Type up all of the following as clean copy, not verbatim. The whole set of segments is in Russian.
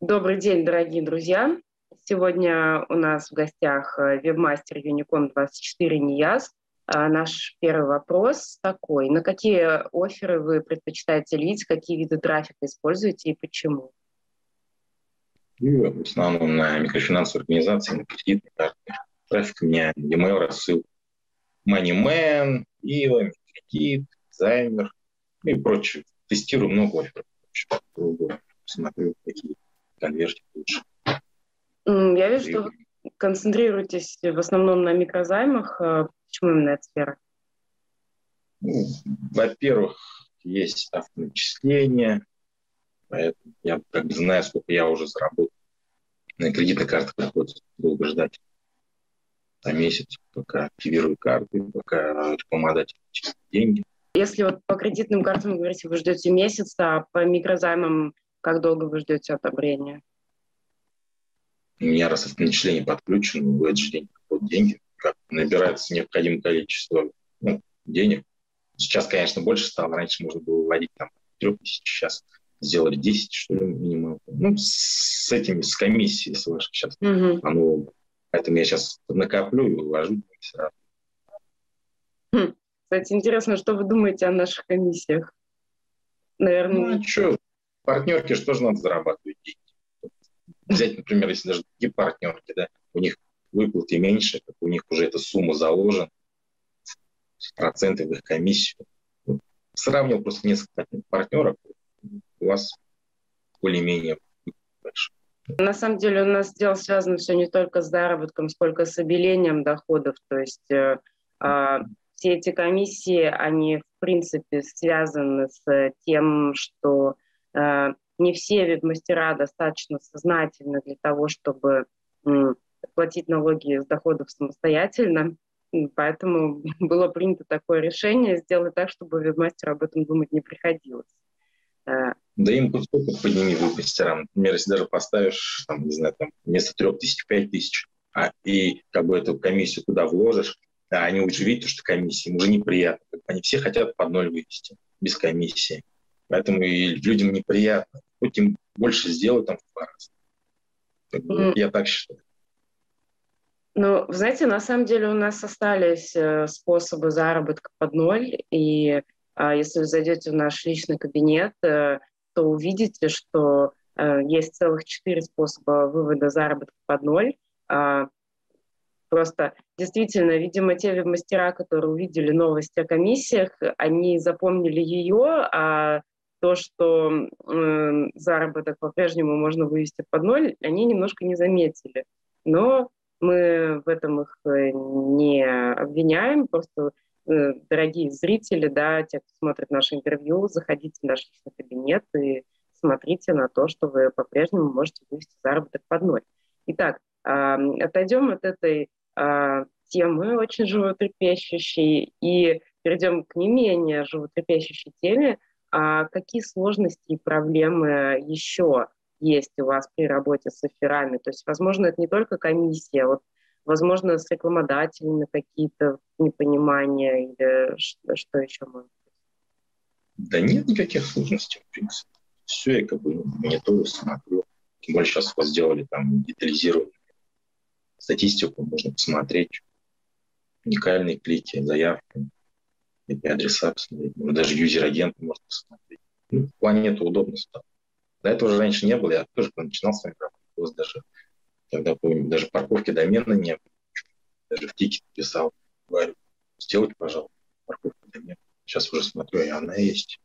Добрый день, дорогие друзья! Сегодня у нас в гостях вебмастер Unicom24 Нияз. Наш первый вопрос такой. На какие офферы вы предпочитаете лить, какие виды трафика используете и почему? И в основном на микрофинансовые организации, на кредитные карты. Трафик у меня e-mail, рассылка, MoneyMan, Ива, Кредит, Займер и прочее. Тестирую много офферов. Смотрю, какие конвертят лучше. Я вижу, что вы концентрируетесь в основном на микрозаймах. Почему именно эта сфера? Во-первых, есть автоначисления, поэтому я знаю, сколько я уже заработал. На кредитной карте приходится долго ждать. На месяц, пока активирую карты, пока рекламодатель чистит деньги. Если вот по кредитным картам, вы говорите, вы ждете месяц, а по микрозаймам как долго вы ждете одобрения? У меня раз автоначисление подключено, в этот же день приходят деньги, как набирается необходимое количество денег. Сейчас, конечно, больше стало. Раньше можно было выводить 3 тысяч, сейчас сделали 10, что ли, минимум. С комиссией, с вашей сейчас по-новому. Поэтому я сейчас накоплю и вывожу сразу. Кстати, интересно, что вы думаете о наших комиссиях? Наверное... партнерки что же надо зарабатывать деньги? Взять, например, если даже такие партнерки, да, у них выплаты меньше, у них уже эта сумма заложена, проценты в их комиссию. Сравнил просто несколько партнеров, у вас более-менее большой. На самом деле у нас дело связано все не только с заработком, сколько с обелением доходов. То есть все эти комиссии, они в принципе связаны с тем, что не все веб-мастера достаточно сознательны для того, чтобы платить налоги с доходов самостоятельно. Поэтому было принято такое решение сделать так, чтобы веб-мастеру об этом думать не приходилось. Да им сколько подними веб-мастерам. Например, если даже поставишь, вместо 3 тысяч 5 тысяч, и эту комиссию туда вложишь, они уже видят, что комиссия, им уже неприятно. Они все хотят под ноль вывести, без комиссии. Поэтому и людям неприятно. Хоть им больше сделают в 2 раза. Я так считаю. Ну, знаете, на самом деле у нас остались способы заработка под ноль, и если вы зайдете в наш личный кабинет, то увидите, что есть целых 4 способа вывода заработка под ноль. Просто действительно, видимо, те веб-мастера, которые увидели новость о комиссиях, они запомнили ее, а то, что заработок по-прежнему можно вывести под ноль, они немножко не заметили. Но мы в этом их не обвиняем, просто дорогие зрители, да, те, кто смотрит наше интервью, заходите в наш личный кабинет и смотрите на то, что вы по-прежнему можете вывести заработок под ноль. Итак, отойдем от этой темы очень животрепещущей и перейдем к не менее животрепещущей теме. Какие сложности и проблемы еще есть у вас при работе с офферами? То есть, возможно, это не только комиссия, возможно, с рекламодателями какие-то непонимания или что еще может быть? Да нет никаких сложностей, в принципе. Все я мониторю, смотрю. Тем более сейчас у вас сделали детализированную статистику, можно посмотреть уникальные клики, заявки, IP-адреса посмотреть, даже юзер-агент можно посмотреть. В плане этого удобно стало. До этого же раньше не было, я тоже начинал с вами работать, даже, когда, помню, даже парковки домена не было, даже в тикет писал, говорю, сделайте, пожалуйста, парковку домена. Сейчас уже смотрю, и она есть.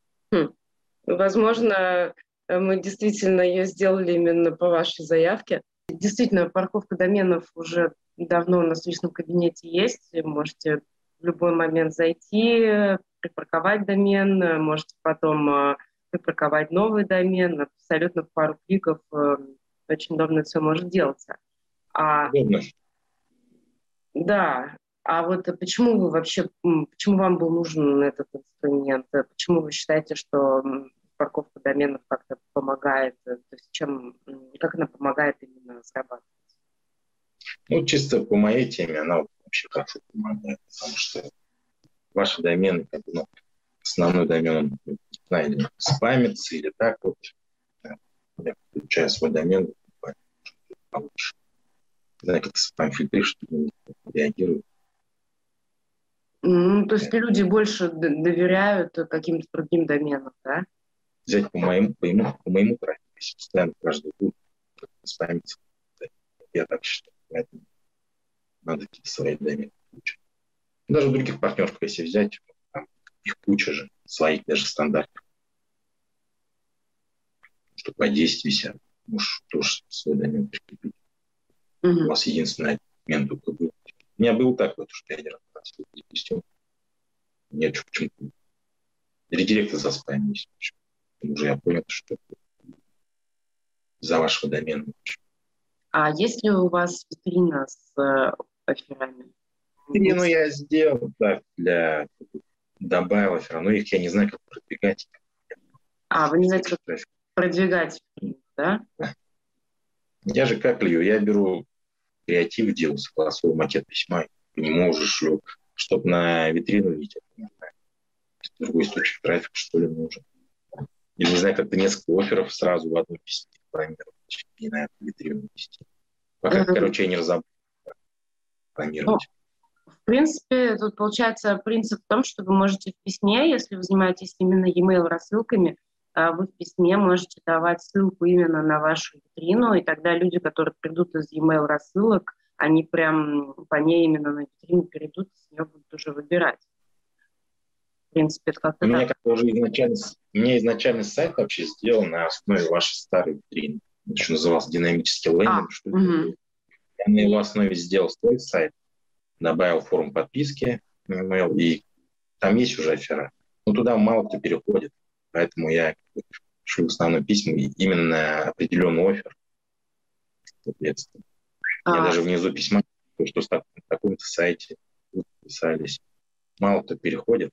Возможно, мы действительно ее сделали именно по вашей заявке. Действительно, парковка доменов уже давно у нас в личном кабинете есть. Можете в любой момент зайти, припарковать домен, можете потом припарковать новый домен. Абсолютно в пару кликов очень удобно все может делаться. Удобно. Да. А вот почему вам был нужен этот инструмент? Почему вы считаете, что парковка доменов как-то помогает? То есть как она помогает именно зарабатывать? Чисто по моей теме она вообще хорошо помогает, потому что ваши домены, основной домен, он, или спамится, или так Я включаю свой домен, получше. Не знаю, как спам-фильтры, что ли, реагируют. То есть люди больше доверяют каким-то другим доменам, да? Взять по моему трафику, если постоянно каждый год спамиться, я так считаю. Поэтому надо какие-то свои домены включить. Даже других партнеров, если взять, там, их куча же, своих даже стандартов, что по 10 висят. Можешь тоже свой домен прикрепить. У вас единственный домен только был. У меня был так вот, что я один раз запустил. Нет, почему-то редиректы заспамились. Уже я понял, что за вашего домена. А есть ли у вас витрина с офферами? Ну, я сделал, да, добавил все равно их я не знаю, как продвигать. Вы не знаете, как продвигать витрину, да? Да. Я же как лью, я беру креатив, делаю, согласую макет письма, по нему уже шлю, чтобы на витрину видеть. Другой источник трафика, что ли, нужен. Или, не знаю, как-то несколько офферов сразу в одном письме планировать, не на эту витрину вести. Пока, короче, я не разобрал планировать. В принципе, тут получается принцип в том, что вы можете в письме, если вы занимаетесь именно e-mail рассылками, вы в письме можете давать ссылку именно на вашу витрину, и тогда люди, которые придут из e-mail рассылок, они прям по ней именно на витрину перейдут, с нее будут уже выбирать. В принципе, это как-то так. У меня изначально сайт вообще сделан на основе вашей старой витрины. Еще назывался динамический лендинг. Я на его основе сделал свой сайт, добавил форму подписки на email, и там есть уже оффера. Но туда мало кто переходит. Поэтому я шлю основное письмо именно на определенный оффер. Соответственно. Я даже внизу письма, что на таком-то сайте подписались. Мало кто переходит.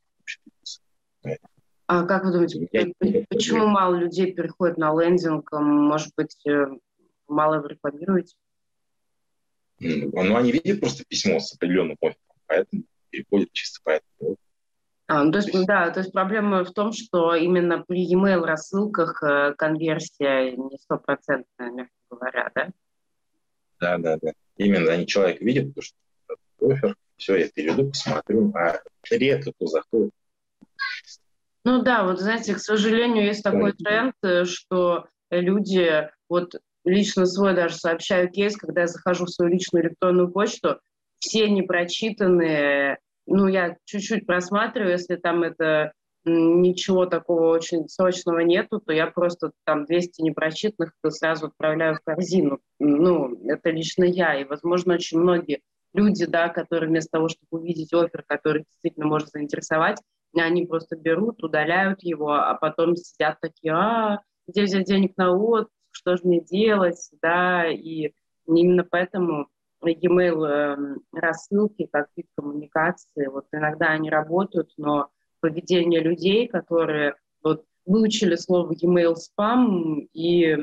Как вы думаете, почему мало людей переходит на лендинг? Может быть, мало вы рекламируете? Ну, они видят просто письмо с определенным оффером, поэтому переходят чисто по этому. То есть проблема в том, что именно при e-mail рассылках конверсия не стопроцентная, мягко говоря, да? Да. Именно они человек видит, что оффер, все, я перейду, посмотрю, а редко кто заходит. Ну да, вот знаете, к сожалению, есть такой тренд, что люди, вот лично свой даже сообщаю кейс, когда я захожу в свою личную электронную почту, все непрочитанные, я чуть-чуть просматриваю, если там это ничего такого очень срочного нету, то я просто там 200 непрочитанных сразу отправляю в корзину. Это лично я, и, возможно, очень многие люди, да, которые вместо того, чтобы увидеть оффер, который действительно может заинтересовать, они просто берут, удаляют его, а потом сидят такие, где взять денег на отпуск, что же мне делать, да, и именно поэтому e-mail рассылки как вид коммуникации, вот иногда они работают, но поведение людей, которые вот выучили слово e-mail спам и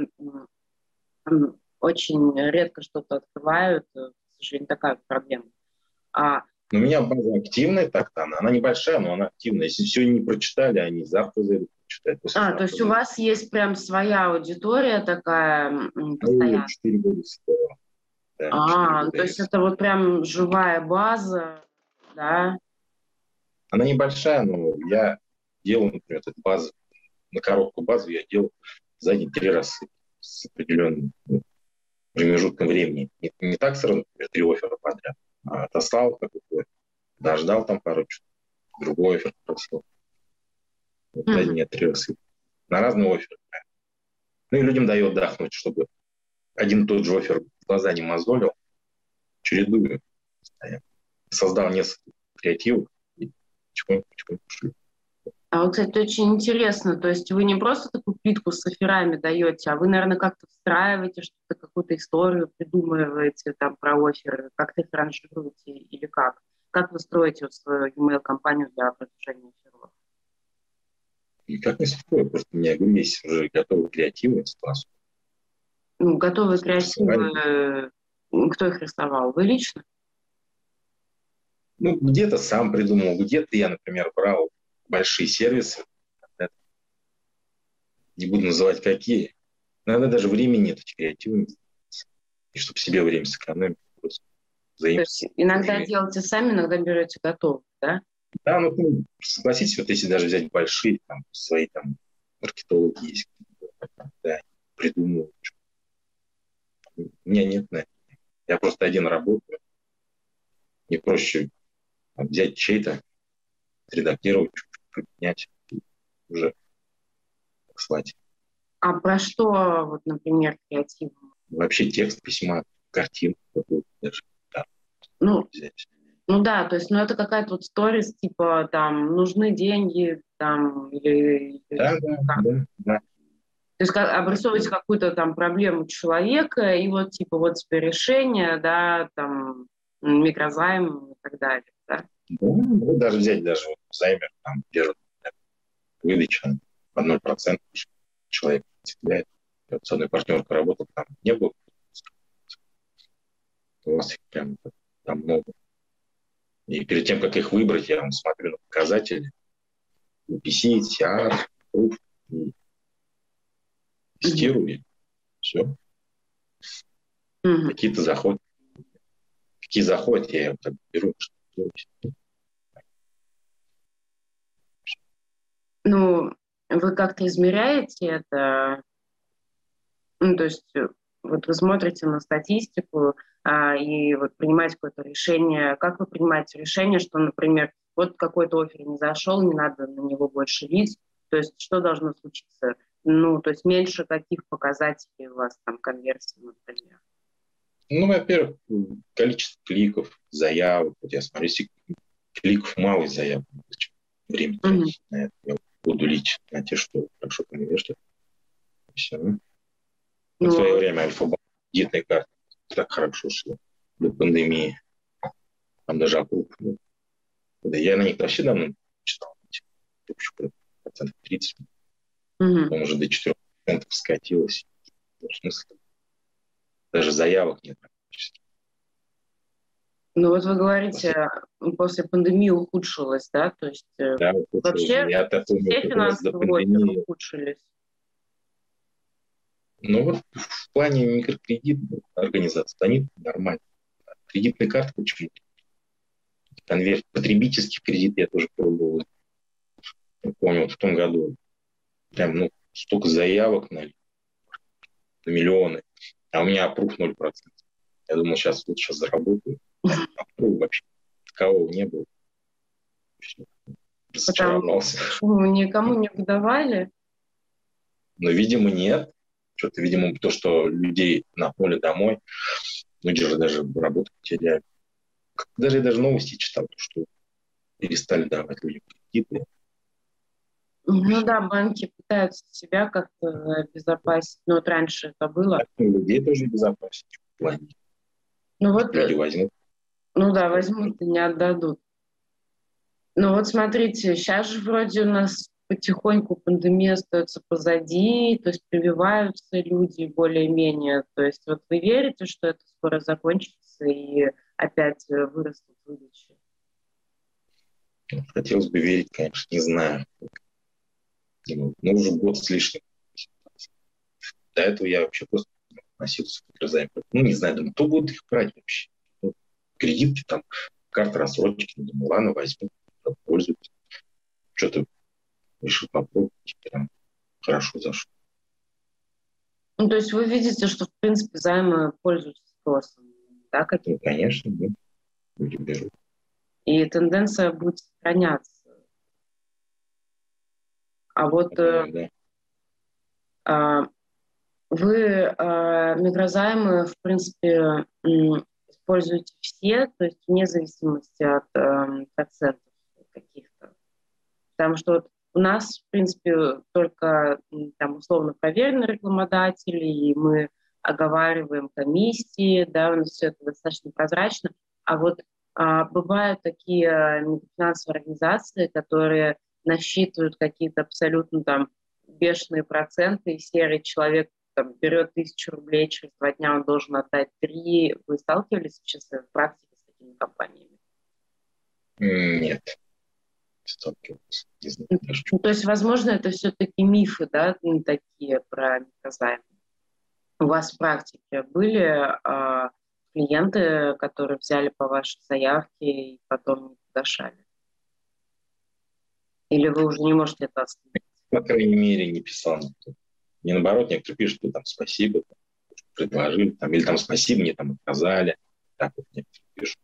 очень редко что-то открывают, к сожалению, такая проблема. У меня база активная так-то, она небольшая, но она активная. Если все не прочитали, они завтра зайдут прочитать. То есть у вас есть прям своя аудитория такая постоянная? 4 года. Да, то есть это вот прям живая база, да? Она небольшая, но я делаю, например, эту базу, на короткую базу я делаю за день 3 раза с определенным промежутком времени. Не так сразу, например, 3 оффера подряд, а отослал какой-то, дождал там пару часов, другой оффер просил. За день 3 раза. На разные офферы. И людям дает отдохнуть, чтобы один и тот же оффер глаза не мозолил, чередую. Создал несколько креативов и потихоньку шлю. Вот, кстати, очень интересно. То есть вы не просто такую плитку с офферами даете, а вы, наверное, как-то встраиваете что-то, какую-то историю придумываете там про офферы, как-то их ранжируете или как? Как вы строите свою email-компанию для продвижения офферов? Никак не строю, просто у меня, говорю, есть уже готовые креативы с классом. Готовые креативы, кто их рисовал? Вы лично? Где-то сам придумал, где-то я, например, брал большие сервисы, не буду называть какие, Иногда даже времени нет эти креативные. И чтобы себе время сэкономить, просто То есть иногда делаете сами, иногда берете готовый, да? Да, ну, согласитесь, вот если даже взять большие, там, свои там маркетологи есть, да, придумывают. У меня нет, наверное. Я просто один работаю. Мне проще там, взять чей-то, редактировать, поменять, и уже слать. А про что, вот, например, креатив? Вообще текст письма, картинку какую-то даже, да, Ну, взять. ну да, то есть, ну это какая-то вот сторис, типа, там, нужны деньги, там, или Да, да, как? да, да. То есть обрисовывать какую-то там проблему человека, и вот, типа, вот теперь решение, да, там, микрозайм и так далее, да? Ну, даже взять даже вот займер, там, первый выдача по 0%, человек цепляет. Я вот с одной партнеркой работал, там не было. У вас их прям там много. И перед тем, как их выбрать, я смотрю на показатели, UPC, TR, Proof, и тестирую, и все. Мгм. Какие-то заходят. Какие заходят, я их так беру. Ну, вы как-то измеряете это? Ну, то есть вот вы смотрите на статистику и вот принимаете какое-то решение. Как вы принимаете решение, что, например, вот какой-то оффер не зашел, не надо на него больше лить? То есть что должно случиться? Ну, то есть меньше каких показателей у вас там конверсии, например? Ну, во-первых, количество кликов, заявок. Вот я смотрю, если кликов мало из заявок, время Мгм. тратить на это. Я буду лить на те, что хорошо конвертят. Все. В свое Ну, время Альфа-банк, кредитная карта, так хорошо шло до пандемии. Там даже опруф. Ну, да я на них вообще давно читал. Процентов 30. мгм. Потом уже до 4% скатилось. Ну, в смысле, даже заявок нет практически. Ну вот вы говорите, после пандемии ухудшилось, да? То есть Да, вот вообще я так помню, все как раз до финансовые офферы пандемии. ухудшились. Но вот в плане микрокредитных организаций они нормально. Кредитные карты почему-то. Конверт потребительский кредит я тоже пробовал. Я помню, вот в том году прям ну, столько заявок на миллионы, а у меня опруф 0%. Я думал, сейчас лучше заработаю. Опруф вообще такового не было. Разочаровался. Почему никому не выдавали? Но, видимо, нет. Что-то, видимо, то, что людей напнули домой, люди же даже работу потеряли. Даже я даже новости читал, что перестали давать людям кредиты. Ну да, банки пытаются себя как-то обезопасить, но вот раньше это было. Так, ну, людей тоже безопаснее в плане. Ну вот, Люди возьмут. ну да, возьмут и не отдадут. Ну вот смотрите, сейчас же вроде у нас потихоньку пандемия остается позади, то есть прививаются люди более-менее. То есть вот вы верите, что это скоро закончится и опять вырастут выдачи? Хотелось бы верить, конечно, не знаю. Ну, уже год с лишним. До этого я вообще просто относился к микрозаймам. Ну, не знаю, думаю, кто будет их брать вообще? Ну, кредитки, там, карты рассрочки, ну, думаю, ладно, возьму, пользуюсь. Что-то решил попробовать, прям хорошо зашло. Ну, то есть вы видите, что, в принципе, займы пользуются спросом, да, Ну, каким-то? конечно, да, люди берут. И тенденция будет сохраняться. А вот Думаю, да. а, вы микрозаймы, в принципе, используете все, то есть вне зависимости от процентов каких-то. Потому что вот у нас, в принципе, только там условно проверенные рекламодатели, и мы оговариваем комиссии, да, у нас все это достаточно прозрачно. А вот бывают такие финансовые организации, которые насчитывают какие-то абсолютно там бешеные проценты, и серый человек там, берет 1000 рублей, через 2 дня он должен отдать 3. Вы сталкивались сейчас в практике с такими компаниями? Нет, сталкивался. Не знаю, даже Ну, то есть, возможно, это все-таки мифы, да, такие про микрозаймы. У вас в практике были клиенты, которые взяли по вашей заявке и потом не погашали? Или вы уже не можете это остановить? По крайней мере, не писал никто. Не наоборот, некоторые пишут, что там спасибо, там, предложили, там, или там спасибо, мне там отказали. Так вот некоторые пишут.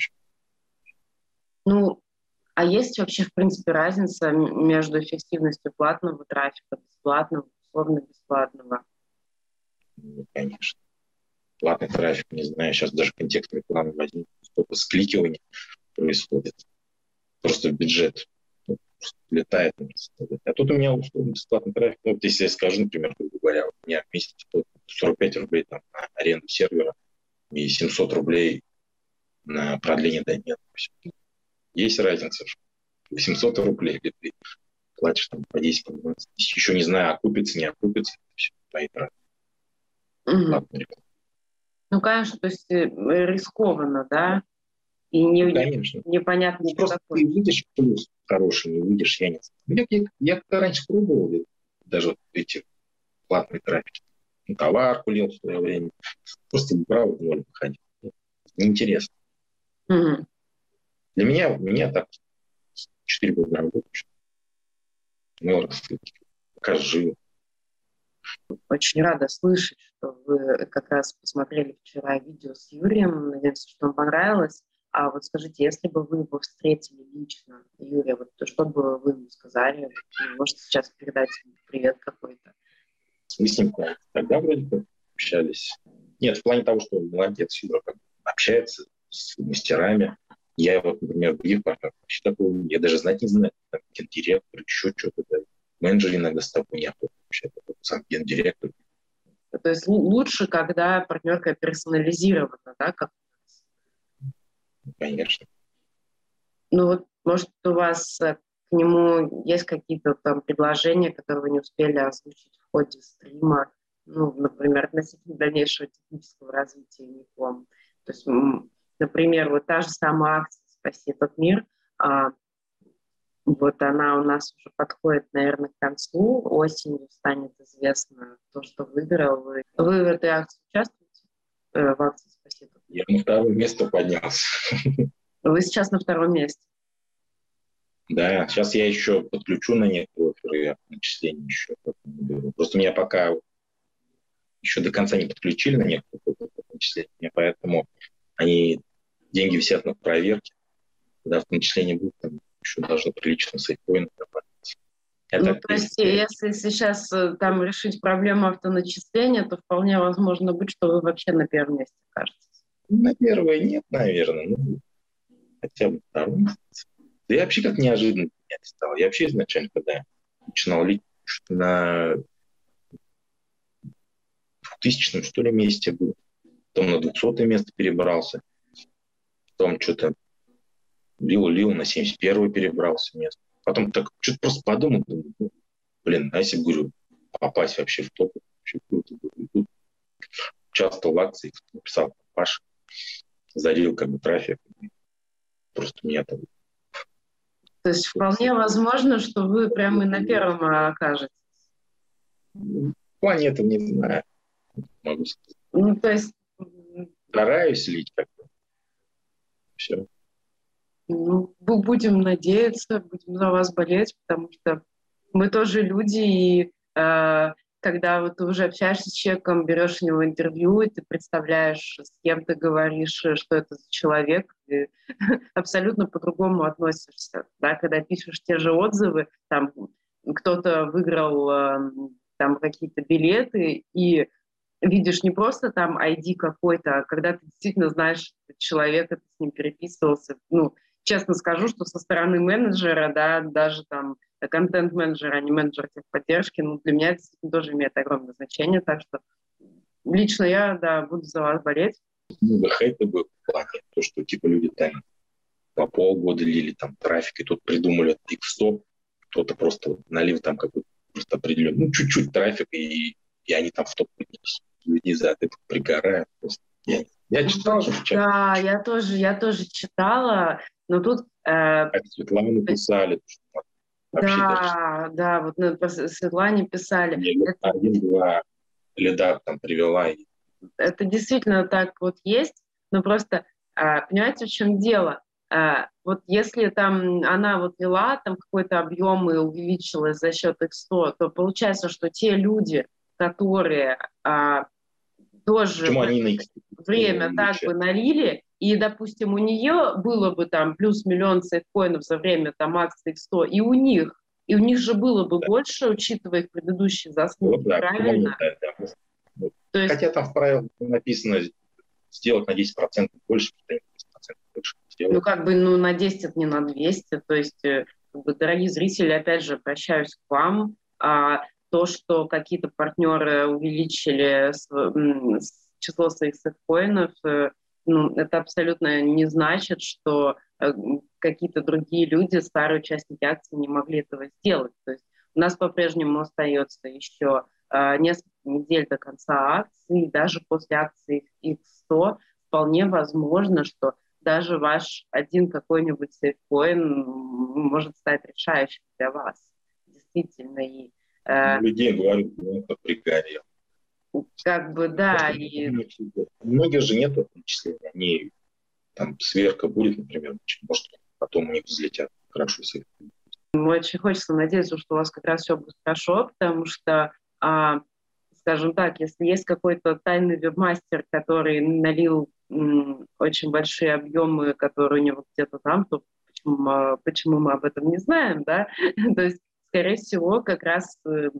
Ну, а есть вообще, в принципе, разница между эффективностью платного трафика, бесплатного, условно бесплатного? Ну, конечно. Платный трафик, не знаю, сейчас даже контекст рекламы возник, столько скликиваний происходит. Просто бюджет летает. А тут у меня условно бесплатный трафик. Ну, вот если я скажу, например, грубо говоря, у меня в месяц стоит 45 рублей там, на аренду сервера и 700 рублей на продление домена. Есть разница. 700 рублей, или ты платишь там по 10, по 20 тысяч. Еще не знаю, окупится, не окупится. Все, твои траты. Ну, конечно, то есть рискованно, да? И Конечно. непонятно, что просто такое. Ты видишь плюс хороший, не видишь, я не знаю. Я когда раньше пробовал, даже вот эти платные трафики, товар кулил в свое время, просто брал в ноль выходил. Неинтересно. Для меня так 4 года работы. Пока жил. Очень рада слышать, что вы как раз посмотрели вчера видео с Юрием. Надеюсь, что вам понравилось. А вот скажите, если бы вы его встретили лично, Юрия, вот что бы вы ему сказали? Может, сейчас передать ему привет какой-то? Мы с ним тогда вроде бы общались. Нет, в плане того, что он молодец, Юра общается с мастерами. Я вот, например, в других партнерах такого, я даже знать не знаю, там, гендиректор, еще что-то. Да. Менеджер иногда с тобой не общается, сам гендиректор. То есть лучше, когда партнерка персонализирована, да, как у нас? Конечно. Ну вот, может, у вас к нему есть какие-то там предложения, которые вы не успели озвучить в ходе стрима, ну, например, относительно дальнейшего технического развития Ником. То есть, например, вот та же самая акция «Спаси этот мир», вот она у нас уже подходит, наверное, к концу. Осенью станет известно то, что выиграл. Вы в этой акции участвуете? В акции «Спаси этот мир»? Я на второе место поднялся. Вы сейчас на втором месте? Да, сейчас я еще подключу на некоторые офферы, начисления еще. Просто меня пока еще до конца не подключили на некоторые начисления, поэтому деньги висят на проверке. Когда начисление будет, там еще должно прилично с айкоина добавиться. То есть, если сейчас там решить проблему автоначисления, то вполне возможно быть, что вы вообще на первом месте окажетесь. На первое нет, наверное. Ну, хотя бы второе место. Да и вообще как неожиданно меня стало. Я вообще изначально, когда начинал лить, на 2000-м, что ли, месте был. Потом на 200-е место перебрался. Потом что-то лил, на 71-е перебрался место. Потом так что-то просто подумал, думаю, а если, говорю, попасть вообще в топ, вообще круто будет. Участвовал в акции, написал Паша, залил как бы трафик. Просто меня там... То есть вполне возможно, что вы прямо и на первом окажетесь. В плане этого не знаю. Могу сказать. Ну, то есть... Стараюсь лить как-то. Все. Ну, будем надеяться, будем за вас болеть, потому что мы тоже люди, и когда вот ты уже общаешься с человеком, берешь у него интервью, и ты представляешь, с кем ты говоришь, что это за человек, ты абсолютно по-другому относишься. Да? Когда пишешь те же отзывы, там кто-то выиграл там какие-то билеты, и видишь не просто там ID какой-то, а когда ты действительно знаешь человека, ты с ним переписывался. Ну, честно скажу, что со стороны менеджера, да, даже там контент-менеджера, а не менеджер техподдержки, ну, для меня это действительно тоже имеет огромное значение, так что лично я, да, буду за вас болеть. Много хейта было в плане, то, что типа люди там по полгода лили там трафик, и тут придумали X100, кто-то просто налил там какой-то просто определенный, чуть-чуть трафик, и они там в топ поднялись. Люди за это пригорают. Я читал же в чате. Да, я тоже читала, но тут... Светлане писали. Да, вот Светлане писали. 1-2. лида там привела. Это действительно так вот есть, но просто, понимаете, в чем дело? Вот если там она вот вела там какой-то объем и увеличилась за счет X100, то получается, что те люди, которые тоже Почему в они на это время так бы налили, и, допустим, у нее было бы там плюс миллион сейфкоинов за время там акции X100, и у них же было бы больше, учитывая их предыдущие заслуги, вот, да, правильно? да. Вот. То есть, Хотя там в правилах написано сделать на 10% больше, что 10% больше ну, сделать. как бы, ну, на 10 это не на 200. То есть, как бы, дорогие зрители, опять же, обращаюсь к вам. То, что какие-то партнеры увеличили число своих сейфкоинов, ну, это абсолютно не значит, что какие-то другие люди, старые участники акций, не могли этого сделать. То есть у нас по-прежнему остается еще несколько недель до конца акции, и даже после акции X100 вполне возможно, что даже ваш один какой-нибудь сейфкоин может стать решающим для вас. Действительно. И Людей, говорю, это прикария. как бы, да, и... Многие же нет в этом числе. Они там сверка будет, например, может, потом у них взлетят хорошо себе. Очень хочется надеяться, что у вас как раз все будет хорошо, потому что, скажем так, если есть какой-то тайный вебмастер, который налил очень большие объемы, которые у него где-то там, то почему мы об этом не знаем, да? То есть, скорее всего, как раз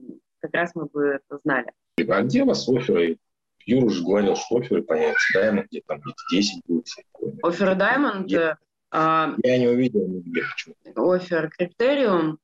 мы бы это знали. А где у вас офферы? Юра уже говорил, что офферы появятся. Diamond, где там 10 будет. Оффер Diamond... Я не увидел нигде почему. Оффер Критериум.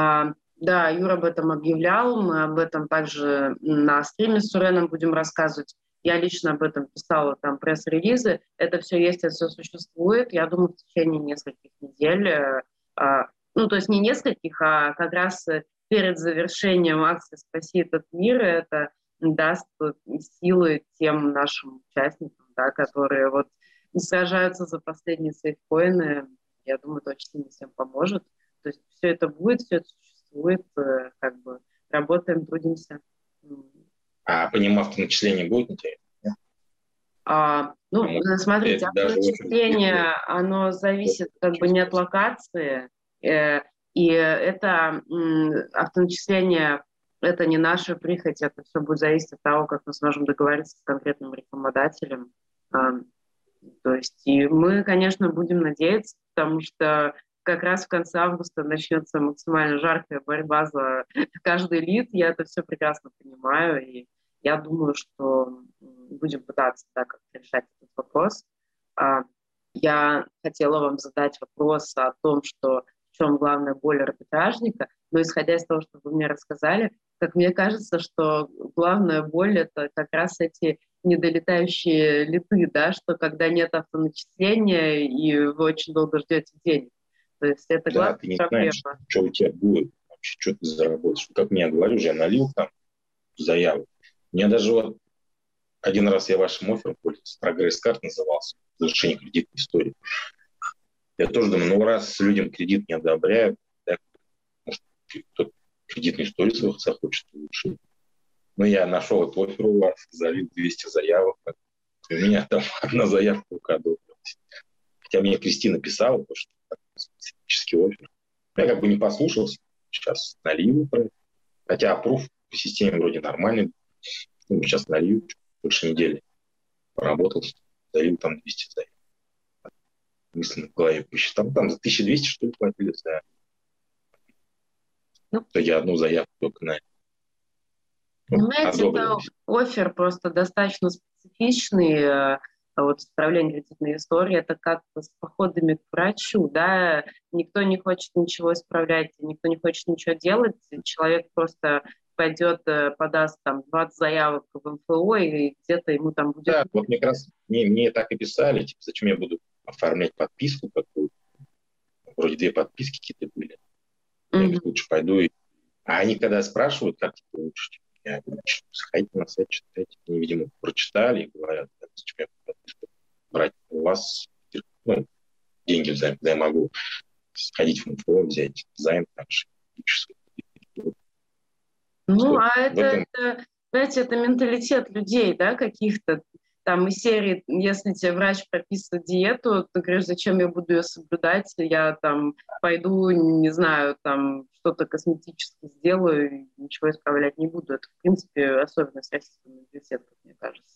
Да, Юра об этом объявлял, мы об этом также на стриме с Суреном будем рассказывать. Я лично об этом писала, там, пресс-релизы. Это все есть, это все существует. Я думаю, в течение нескольких недель, ну, то есть не нескольких, а как раз перед завершением акции «Спаси этот мир» это даст силы тем нашим участникам, да, которые вот сражаются за последние сейфкоины. Я думаю, это очень сильно всем поможет. То есть все это будет, все это существует, как бы работаем, трудимся. А по ним автоначисление будет интересно? Ну, смотрите, автоначисление, оно зависит как бы не от локации, и это автоначисление, это не наша прихоть, это все будет зависеть от того, как мы сможем договориться с конкретным рекламодателем. То есть и мы, конечно, будем надеяться, потому что как раз в конце августа начнется максимально жаркая борьба за каждый лид. Я это все прекрасно понимаю, и я думаю, что будем пытаться так решать этот вопрос. Я хотела вам задать вопрос о том, что в чем главная боль арбитражника, но исходя из того, что вы мне рассказали, как мне кажется, что главная боль — это как раз эти недолетающие литы, да, что когда нет автоначисления, и вы очень долго ждете денег. То есть это главная ты не проблема. знаешь, что у тебя будет, вообще, что ты заработаешь. Как мне говорю, я налил там заяву. Мне даже вот один раз я вашим оффером пользовался, прогресс-карт назывался, завершение кредитной истории. Я тоже думаю, ну раз людям кредит не одобряют, да, может, кто-то кредитную историю свою захочет улучшить. Но я нашел этот оффер у вас, залил 200 заявок. У меня там одна заявка одобрилась. Хотя мне Кристина писала, потому что специфический оффер. Я как бы не послушался. Сейчас налью. Хотя аппрув по системе вроде нормальный. Ну, сейчас налью. Больше недели поработал. Залил там 200 заявок. Мысленно в голове посчитал. Там за 1200, что ли, платили за... Ну, я одну заявку только на... Понимаете, это оффер просто достаточно специфичный. Вот исправление кредитной истории — это как с походами к врачу, да, никто не хочет ничего исправлять, никто не хочет ничего делать, человек просто пойдет, подаст там 20 заявок в МФО, и где-то ему там будет... Да, вот мне как раз мне так и писали, типа, зачем я буду оформлять подписку какую-то, вроде 2 подписки какие-то были, я лучше пойду и... А они когда спрашивают, как тебе лучше, я говорю, сходите на сайт, читайте. Они, видимо, прочитали и говорят, зачем я подписку брать у вас, ну, деньги взаим, когда я могу сходить в МФО, взять займ, так же. Ну, а это Знаете, это менталитет людей, да, каких-то там из серии, если тебе врач прописывает диету, ты говоришь, зачем я буду ее соблюдать, я там пойду, не знаю, там что-то косметически сделаю, и ничего исправлять не буду. Это, в принципе, особенность российского менталитета, как мне кажется.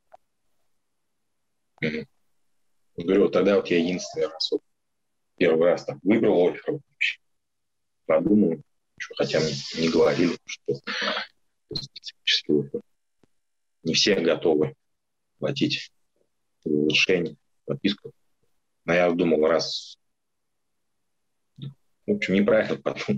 Мгм. Говорю, вот тогда вот я единственный раз, вот, первый раз там выбрал оффер вообще, подумал, что, хотя мне не говорили, что это специфический оффер. Не все готовы платить разрешение, подписку. Но я думал, раз, в общем, неправильно подумал,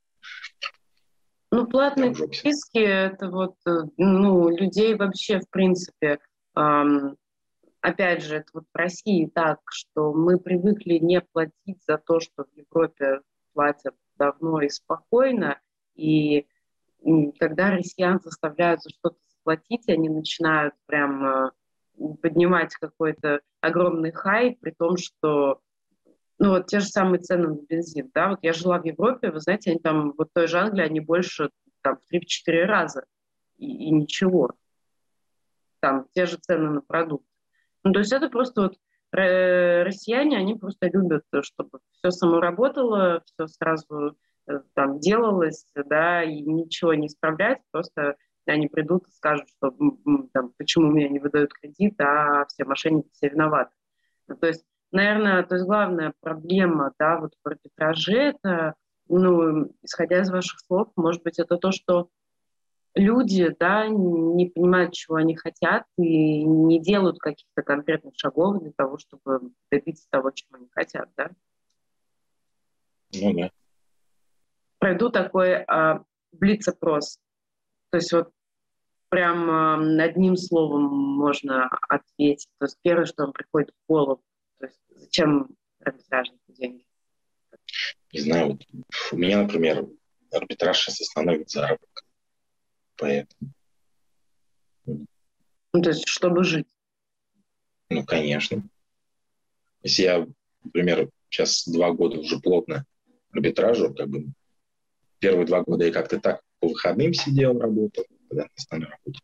Ну, я платные обжегся. подписки — это вот, ну, людей вообще, в принципе, опять же, это вот в России так, что мы привыкли не платить за то, что в Европе платят давно и спокойно, и когда россиян заставляют за что-то заплатить, они начинают прям поднимать какой-то огромный хай, при том, что ну, вот те же самые цены на бензин, да, вот я жила в Европе, вы знаете, они там, вот в той же Англии, они больше, там, в 3-4 раза, и ничего, там, те же цены на продукт. Ну, то есть это просто вот россияне, они просто любят, чтобы все само работало, все сразу там делалось, да, и ничего не исправлять, просто они придут и скажут, что там, почему мне не выдают кредит, а все мошенники все виноваты. Ну, то есть, наверное, то есть главная проблема, да, вот в арбитраже, это, ну, исходя из ваших слов, может быть, это то, что люди, да, не понимают, чего они хотят, и не делают каких-то конкретных шагов для того, чтобы добиться того, чего они хотят, да. Ну да. Пройду такой блиц-опрос. То есть вот прям одним словом можно ответить. То есть первое, что вам приходит в голову. То есть зачем арбитражные деньги? Не знаю, вот у меня, например, арбитраж сейчас основной вид заработка. Поэтому, Ну, то есть чтобы жить. ну, конечно. Если я, например, сейчас 2 года уже плотно арбитражу, как бы первые 2 года я как-то так по выходным сидел, работал, когда на основной работе.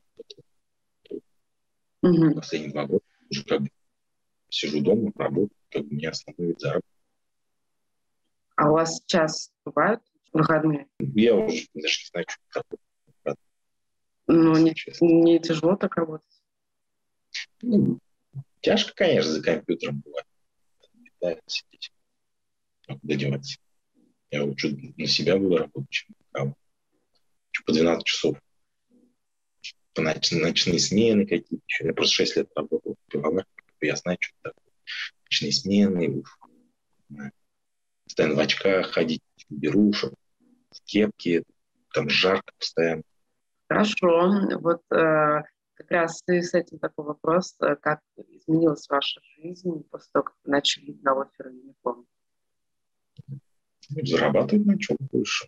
Мгм. Последние 2 года уже как бы сижу дома, работаю, как бы у меня основной вид заработка. А у вас сейчас бывают выходные? Я уже даже не знаю, что такое, Ну, если не, честно. не тяжело так работать? Ну, тяжко, конечно, за компьютером бывает. Да, сидеть. А куда деваться? Я лучше на себя буду работать, чем на кого. По 12 часов. По ночные смены какие-то. Я просто 6 лет работал в пивоварке. Я знаю, что это такое. Ночные смены. Постоянно в очках ходить, в берушах, в кепке. Там жарко постоянно. Хорошо. Вот как раз ты с этим такой вопрос, как изменилась ваша жизнь после того, как вы начали видеть на офер Uniform? Ну, зарабатывать начал больше.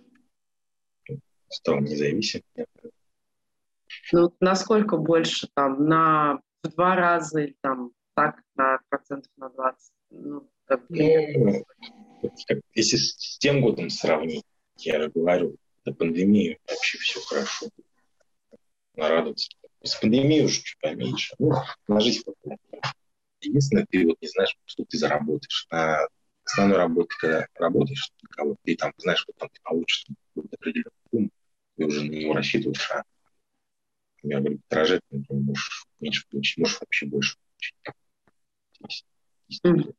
Стал независим. Ну, насколько больше там? В 2 раза или там так на процентов на 20? Ну, как примерно. Ну, если с тем годом сравнить, я же говорю, до пандемии вообще все хорошо. Нарадоваться. С пандемией уже чуть поменьше. Ну, на жизнь хватает. Единственное, ты вот не знаешь, что ты заработаешь. На основной работе, когда работаешь, ты там знаешь, что там ты получишь какую-то определенную сумму, ты уже на него рассчитываешь, а например, в арбитраже ты, например, можешь меньше получить, можешь вообще больше получить. Мгм.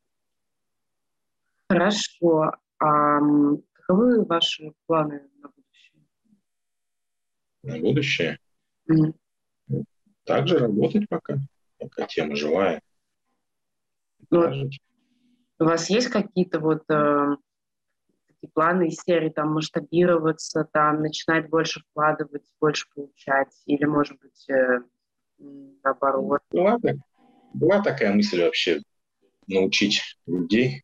Хорошо. Каковы ваши планы на будущее? На будущее Мгм. ну, также работать пока тема живая. Ну, Жить. у вас есть какие-то вот такие планы из серии там масштабироваться, там начинать больше вкладывать, больше получать, или, может быть, наоборот? Была такая мысль вообще научить людей,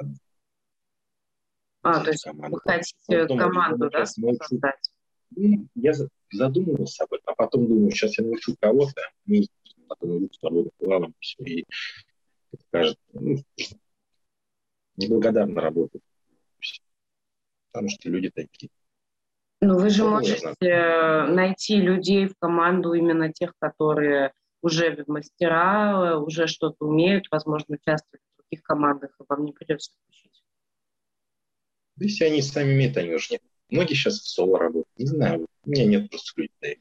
То взять есть вы команду. хотите команду, Думаю, да, сейчас научу. создать? Я задумывался об этом, а потом думаю, сейчас я научу кого-то, и потом идут с тобой планом, все, и это кажется, неблагодарно работать, потому что люди такие. Ну, вы же Пробовал, я можете знаю. найти людей в команду, именно тех, которые уже веб-мастера, уже что-то умеют, возможно, участвовать в других командах, и вам не придется их учить. Да если они сами умеют, они уже нет. Многие сейчас в соло работают. Не знаю, у меня нет просто людей.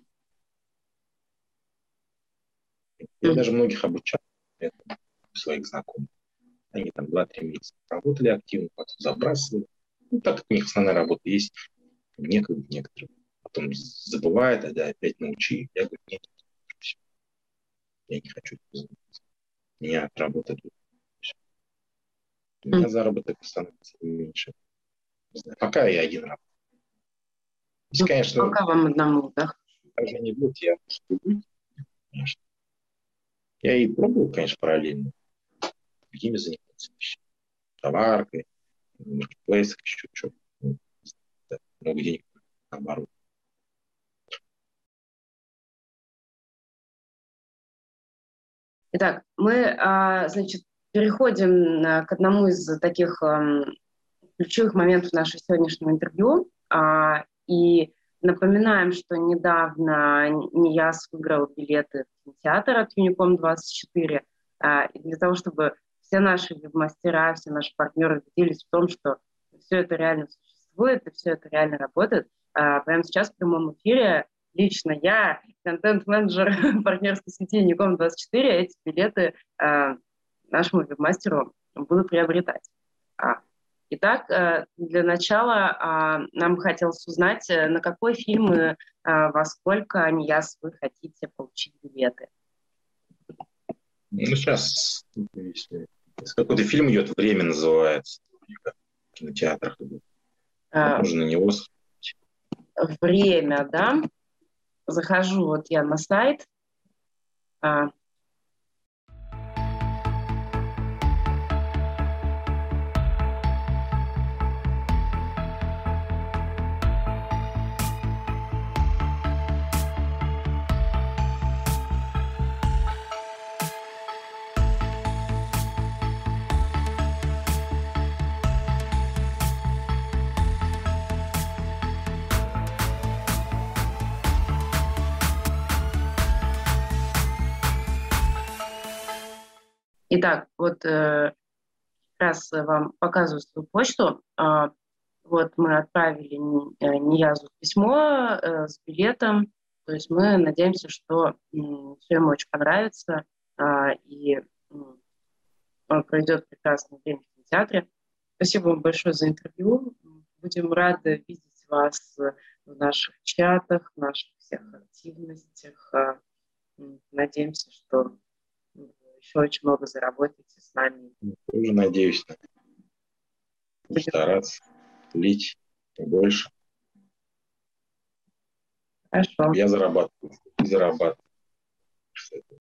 Я Мгм. даже многих обучал, этому, своих знакомых. Они там 2-3 месяца работали активно, потом забрасывали. Ну, так как у них основная работа есть, некоторые. Потом забывают, а да, опять научи. Я говорю, нет, всё, я не хочу этим заниматься. У меня работа тут. Всё. У Мгм. меня заработок становится меньше. Не знаю, пока я один работаю. Если, Ну, конечно, пока вам одному, да? так же не будет, я буду, конечно. Я и пробую, конечно, параллельно другими заниматься вещами. Товаркой, в маркетплейсах, еще что-то. Ну, да, много денег, наоборот. Итак, мы, значит, переходим к одному из таких ключевых моментов нашего сегодняшнего интервью. И напоминаем, что недавно НИЯС выиграл билеты в кинотеатр от Unicom 24. И для того, чтобы все наши веб-мастера, все наши партнеры убедились в том, что все это реально существует и все это реально работает, прямо сейчас в прямом эфире лично я, контент-менеджер партнерской сети Unicom 24, эти билеты нашему веб-мастеру буду приобретать. Итак, для начала нам хотелось узнать, на какой фильм и во сколько, Нияз, вы хотите получить билеты. Ну, сейчас, если какой-то фильм идет, «Время» называется, в кинотеатрах. А, Можно на него. Время, да? Захожу вот я на сайт. А, Итак, вот как раз вам показываю свою почту. Вот мы отправили Ниязу письмо с билетом. То есть мы надеемся, что все ему очень понравится и он пройдет прекрасное время в кинотеатре. Спасибо вам большое за интервью. Будем рады видеть вас в наших чатах, в наших всех активностях. Надеемся, что вы еще очень много заработаете с нами. Тоже надеюсь, буду Будем стараться лить больше. хорошо. Я зарабатываю. И зарабатываю.